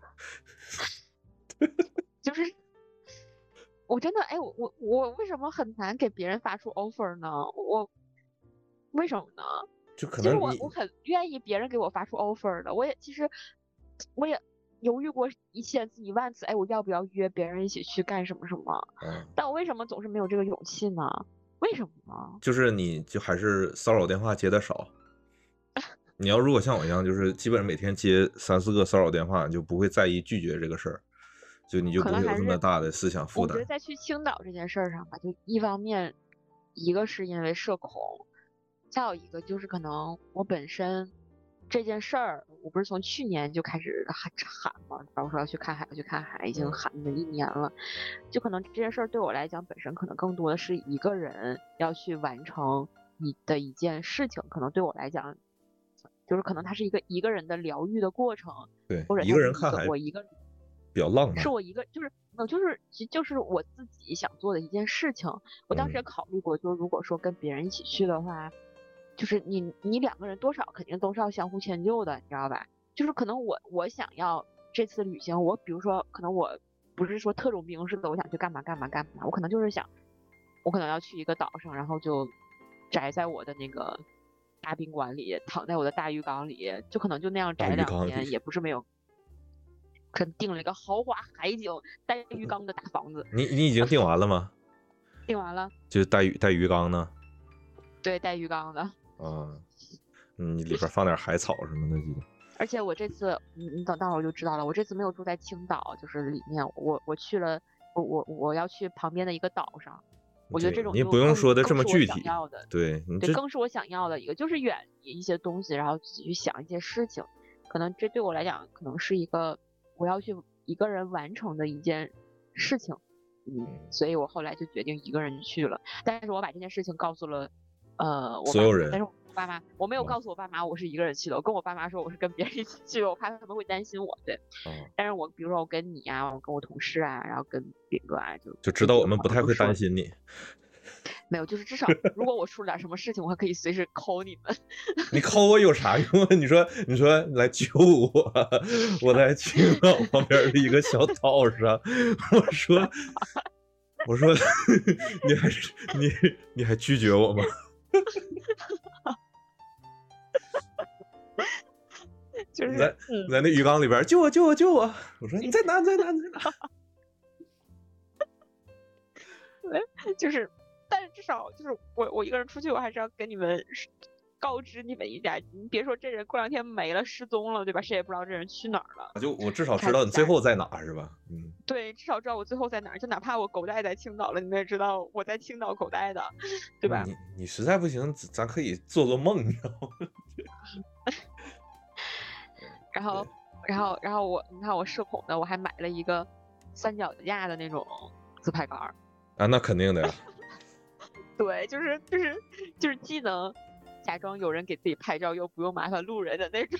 Speaker 2: 就是我真的哎，我为什么很难给别人发出 offer 呢？为什么呢？
Speaker 1: 就可
Speaker 2: 其实
Speaker 1: 能你
Speaker 2: 我很愿意别人给我发出 offer 的，我也犹豫过1000次10000次，哎，我要不要约别人一起去干什么什么？但我为什么总是没有这个勇气呢？为什么呢？
Speaker 1: 就是你就还是骚扰电话接的少。你要如果像我一样，就是基本上每天接3、4个骚扰电话，你就不会在意拒绝这个事儿，你就不会有这么大的思想负担。
Speaker 2: 我觉得在去青岛这件事上吧，就一方面，一个是因为社恐，再有一个就是可能我本身这件事儿，我不是从去年就开始喊嘛，然后说要去看海，要去看海，已经喊了1年了，就可能这件事儿对我来讲，本身可能更多的是一个人要去完成你的一件事情，可能对我来讲，就是可能它是一个人的疗愈的过程，
Speaker 1: 对，
Speaker 2: 或者
Speaker 1: 一个
Speaker 2: 它是一
Speaker 1: 人看海
Speaker 2: 个我一个。
Speaker 1: 比较浪漫。
Speaker 2: 是我一个就是我自己想做的一件事情。我当时也考虑过，就如果说跟别人一起去的话，就是你2个人多少肯定都是要相互迁就的，你知道吧？就是可能我想要这次旅行，我比如说可能我不是说特种兵似的，我想去干嘛干嘛干嘛，我可能就是想，我可能要去一个岛上，然后就宅在我的那个大宾馆里，躺在我的大浴缸里，就可能就那样
Speaker 1: 大
Speaker 2: 宅2
Speaker 1: 浴缸里，
Speaker 2: 天，也不是没有。订了一个豪华海景带浴缸的大房子。
Speaker 1: 你已经订完了吗？
Speaker 2: 订完了，
Speaker 1: 就是带鱼缸呢？
Speaker 2: 对，带浴缸的。
Speaker 1: 啊，你里边放点海草什么的。
Speaker 2: 而且我这次，你等会儿就知道了。我这次没有住在青岛，就是里面，我去了，我要去旁边的一个岛上。我觉得这种
Speaker 1: 你不用
Speaker 2: 就
Speaker 1: 说的这
Speaker 2: 更是我
Speaker 1: 么具体。
Speaker 2: 想要的，
Speaker 1: 对，
Speaker 2: 对，更是我想要的一个，就是远离一些东西，然后自己去想一些事情。可能这对我来讲，可能是一个我要去一个人完成的一件事情。所以我后来就决定一个人去了。但是我把这件事情告诉了我爸妈，
Speaker 1: 所有人。
Speaker 2: 但是我爸妈我没有告诉我爸妈我是一个人去的，我跟我爸妈说我是跟别人一起去的，我怕他们会担心我。对，但是我比如说我跟你啊，我跟我同事啊，然后跟饼哥啊，
Speaker 1: 就知道我们不太会担心你。
Speaker 2: 没有，就是至少如果我出了点什么事情，我还可以随时 call 你们。
Speaker 1: 你 call 我有啥用？你说来救我，我在青岛旁边的一个小岛上。我说你还拒绝我吗？
Speaker 2: 就是
Speaker 1: 在那浴缸里边救我！我说你在哪？
Speaker 2: 就是，但是至少就是我一个人出去，我还是要跟你们告知你们一下。你别说这人过2天没了，失踪了，对吧？谁也不知道这人去哪儿了。
Speaker 1: 就我至少知道你最后在哪是吧？
Speaker 2: 对，至少知道我最后在哪儿。就哪怕我狗带在青岛了，你们也知道我在青岛狗带的，对吧？
Speaker 1: 你实在不行，咱可以做做梦，你知道吗？
Speaker 2: 然后你看我社恐的，我还买了一个3脚架的那种自拍杆
Speaker 1: 啊，那肯定的呀。
Speaker 2: 对，就是既能假装有人给自己拍照，又不用麻烦路人的那种。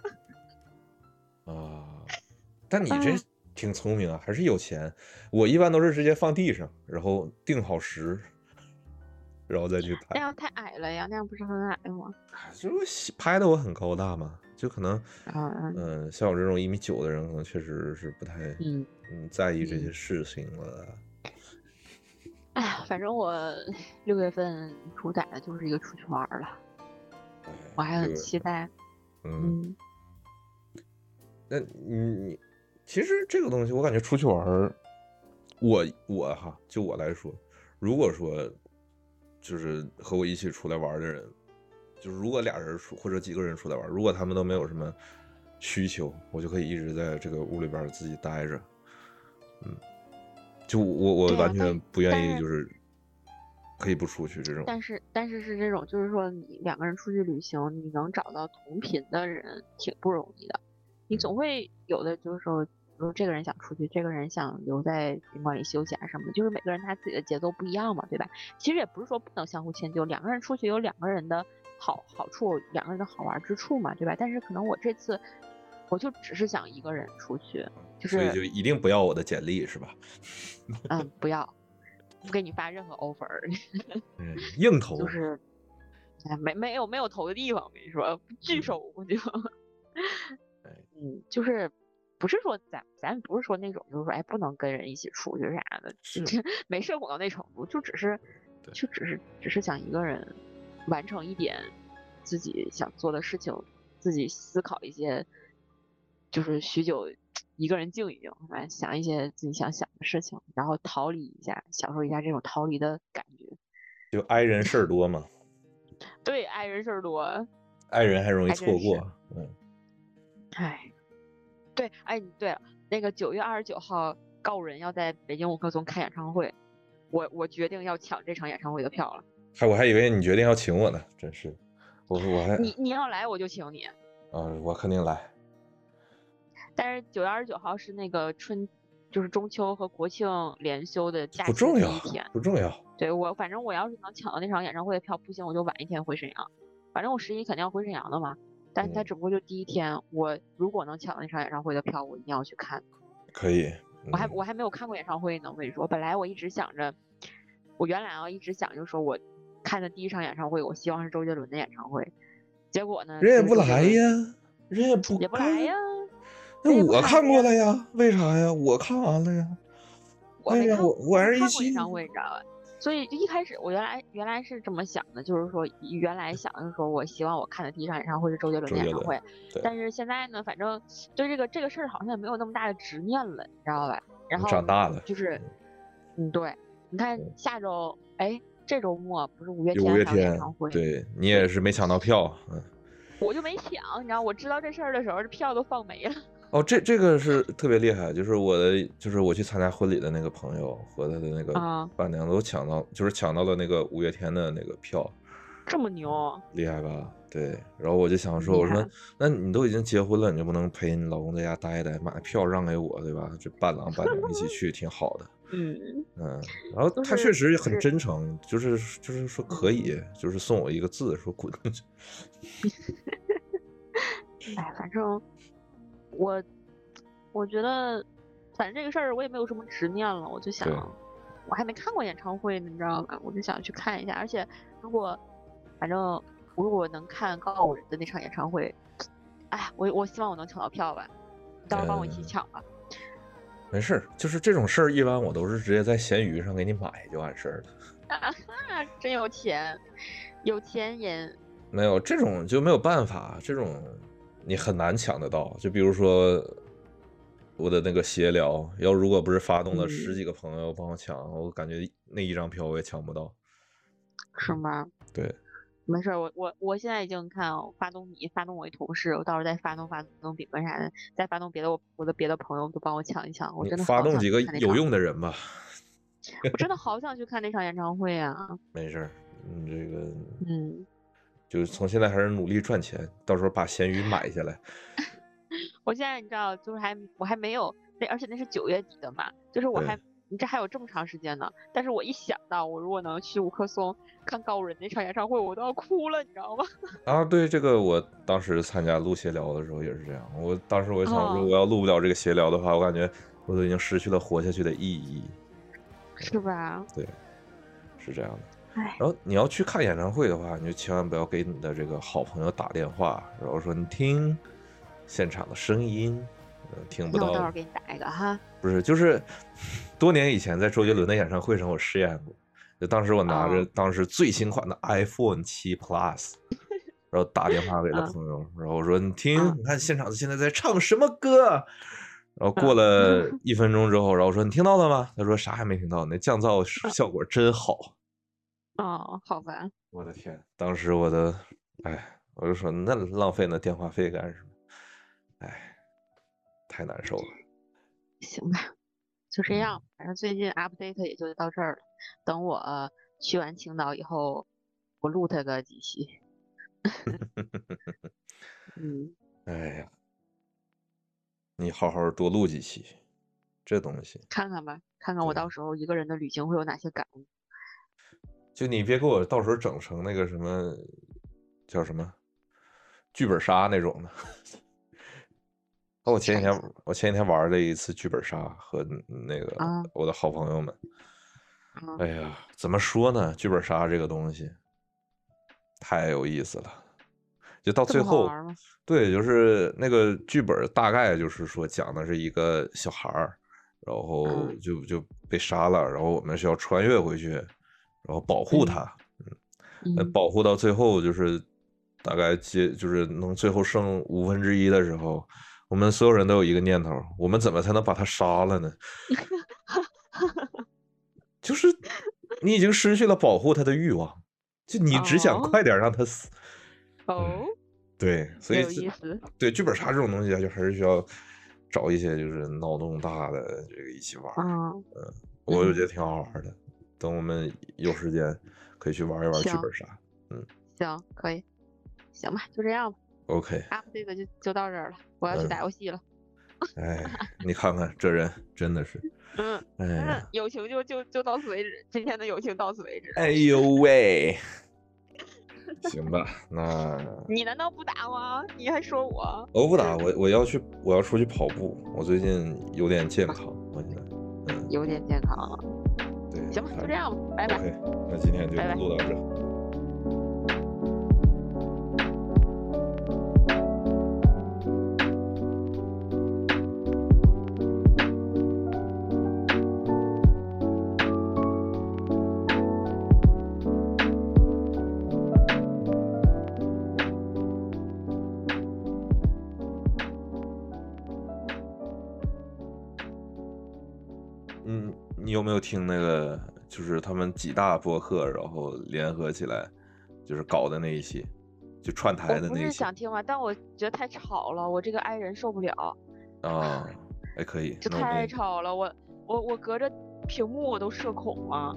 Speaker 1: 啊，但你这挺聪明啊，还是有钱。我一般都是直接放地上，然后定好时，然后再去拍。
Speaker 2: 那样太矮了呀，那样不是很矮吗？
Speaker 1: 就是拍的我很高大嘛，就可能，像我这种1.9米的人，可能确实是不太在意这些事情了。
Speaker 2: 哎呀，反正我6月份主宰的就是一个出去玩了，我还很期待。
Speaker 1: 那你其实这个东西，我感觉出去玩，我就我来说，如果说就是和我一起出来玩的人，就是如果俩人或者几个人出来玩，如果他们都没有什么需求，我就可以一直在这个屋里边自己待着。就我完全不愿意，就是可以不出去这种。
Speaker 2: 但是是这种，就是说你2个人出去旅行，你能找到同频的人挺不容易的。 你总会有的，就是说，比如这个人想出去，这个人想留在宾馆里休息啊什么的，就是每个人他自己的节奏不一样嘛，对吧？其实也不是说不能相互迁就，两个人出去有两个人的好处，两个人的好玩之处嘛，对吧？但是可能我这次我就只是想一个人出去，
Speaker 1: 所以就一定不要我的简历是吧？
Speaker 2: 不要，不给你发任何 offer，
Speaker 1: 硬投
Speaker 2: 就是没有投的地方，我跟你说拒收我就。就是不是说咱不是说那种就是说哎不能跟人一起出去啥的，没社恐到那程度，就只是想一个人完成一点自己想做的事情，自己思考一些，就是许久一个人静一静，想一些自己想想的事情，然后逃离一下，享受一下这种逃离的感觉。
Speaker 1: 就爱人事儿多嘛。
Speaker 2: 对，爱人事儿多，
Speaker 1: 爱人还容易错过。
Speaker 2: 哎，对，哎，对了，那个9月29号告人要在北京五棵松开演唱会，我决定要抢这场演唱会的票了。
Speaker 1: 我还以为你决定要请我呢，真是，我还
Speaker 2: 你要来我就请你。
Speaker 1: 我肯定来。
Speaker 2: 但是9月29号是那个就是中秋和国庆连休的假期
Speaker 1: 的
Speaker 2: 第一天，
Speaker 1: 不重要。
Speaker 2: 对反正我要是能抢到那场演唱会的票，不行我就晚一天回沈阳。反正我11肯定要回沈阳的嘛，但是他只不过就第一天，我如果能抢到那场演唱会的票，我一定要去看。
Speaker 1: 可以。
Speaker 2: 我还没有看过演唱会呢，我跟你说，本来我一直想着，我原来一直想就是说我看的第一场演唱会，我希望是周杰伦的演唱会，结果呢，
Speaker 1: 人也不来呀，人也
Speaker 2: 不来呀。
Speaker 1: 那我看过了呀，为啥呀？我看完了呀。
Speaker 2: 我没看过，
Speaker 1: 我还是
Speaker 2: 看过演唱会，你知道吧？所以就一开始我原来是这么想的，就是说原来想的是说我希望我看的第一场演唱会是周杰伦的演唱会，但是现在呢，反正对这个事儿好像也没有那么大的执念了，你知道吧？然后
Speaker 1: 长大了，
Speaker 2: 就是对，你看下周这周末不是五月
Speaker 1: 天
Speaker 2: 还有演唱会，
Speaker 1: 对你也是没抢到票，
Speaker 2: 我就没抢，你知道我知道这事儿的时候，这票都放没了。
Speaker 1: 这个是特别厉害，就是我去参加婚礼的那个朋友和他的那个伴娘都抢到了那个5月天的那个票，
Speaker 2: 这么牛，
Speaker 1: 厉害吧？对，然后我就想说，我说那你都已经结婚了，你就不能陪你老公在家待一待，把票让给我，对吧？这伴郎伴娘一起去挺好的。然后他确实很真诚，就是说可以，就是送我一个字，说滚。
Speaker 2: 哎，反正我觉得，反正这个事儿我也没有什么执念了，我就想，我还没看过演唱会呢，你知道吧？我就想去看一下，而且反正如果能看高傲人的那场演唱会，哎，我希望我能抢到票吧，你到时候帮我一起抢吧。
Speaker 1: 没事，就是这种事儿，一般我都是直接在闲鱼上给你买就完事儿了。
Speaker 2: 真有钱，有钱人。
Speaker 1: 没有这种就没有办法，这种你很难抢得到。就比如说我的那个协聊，如果不是发动了10几个朋友帮我抢，我感觉那一张票我也抢不到。
Speaker 2: 是吗？
Speaker 1: 对。
Speaker 2: 没事，我现在已经看发动我一同事，我到时候再发动饼干啥的，再发动我的别的朋友都帮我抢一抢。我真的
Speaker 1: 发动几个有用的人吧。
Speaker 2: 我真的好想去看那场演唱会啊！
Speaker 1: 没事，这个就是从现在还是努力赚钱，到时候把闲鱼买下来。
Speaker 2: 我现在你知道，就是我还没有而且那是9月底的嘛，就是你这还有这么长时间呢。但是我一想到我如果能去五棵松看高人那场演唱会，我都要哭了，你知道吗？
Speaker 1: 对，这个我当时参加录协聊的时候也是这样。我当时我想说，我要录不了这个协聊的话，我感觉我都已经失去了活下去的意义，
Speaker 2: 是吧？
Speaker 1: 对，是这样的。然后你要去看演唱会的话，你就千万不要给你的这个好朋友打电话，然后说你听现场的声音，听不到。
Speaker 2: 那我到时候给你打一个哈。
Speaker 1: 不是，就是多年以前在周杰伦的演唱会上，我试验过。就当时我拿着当时最新款的 iPhone 7 Plus， 然后打电话给了朋友，然后我说你听，你看现场现在在唱什么歌？然后过了1分钟之后，然后我说你听到了吗？他说啥还没听到，那降噪效果真好。
Speaker 2: 好吧。
Speaker 1: 我的天，当时我就说那浪费那电话费干什么？太难受了。
Speaker 2: 行吧，就这样，反正最近 update 也就到这儿了。等我去完青岛以后，我录他个几期。
Speaker 1: 哎呀。 你好好多录几期，这东西
Speaker 2: 看看吧，看看我到时候一个人的旅行会有哪些感悟。
Speaker 1: 就你别给我到时候整成那个什么叫什么剧本杀那种的。我前几天玩了一次剧本杀，和那个我的好朋友们。哎呀，怎么说呢？剧本杀这个东西太有意思了。就到最后，对，就是那个剧本大概就是说讲的是一个小孩儿，然后就被杀了，然后我们是要穿越回去，然后保护他。保护到最后就是大概就是能最后剩1/5的时候，我们所有人都有一个念头：我们怎么才能把他杀了呢？就是你已经失去了保护他的欲望，就你只想快点让他死。
Speaker 2: 哦，
Speaker 1: 对，所以
Speaker 2: 有意思。
Speaker 1: 对剧本杀这种东西啊，就还是需要找一些就是脑洞大的这个一起玩。我就觉得挺好玩的。等我们有时间可以去玩一玩剧本杀。
Speaker 2: 行，可以，行吧，就这样吧。
Speaker 1: OK，
Speaker 2: 这个就到这儿了，我要去打游戏了。
Speaker 1: 哎，你看看这人真的是，哎呀，
Speaker 2: 友情就到此为止，今天的友情到此为止。
Speaker 1: 哎呦喂，行吧，那
Speaker 2: 你难道不打吗？你还说我？
Speaker 1: 我不打，我要出去跑步，我最近有点健康，我现在，
Speaker 2: 有点健康了。
Speaker 1: 对，
Speaker 2: 行吧，就这样吧，拜拜。
Speaker 1: OK，那今天就录到这。你有没有听那个，就是他们几大播客，然后联合起来，就是搞的那一期，就串台的那一期？
Speaker 2: 我不是想听嘛，但我觉得太吵了，我这个 i 人受不了。
Speaker 1: 还可以，
Speaker 2: 这太吵了，我隔着屏幕我都社恐啊。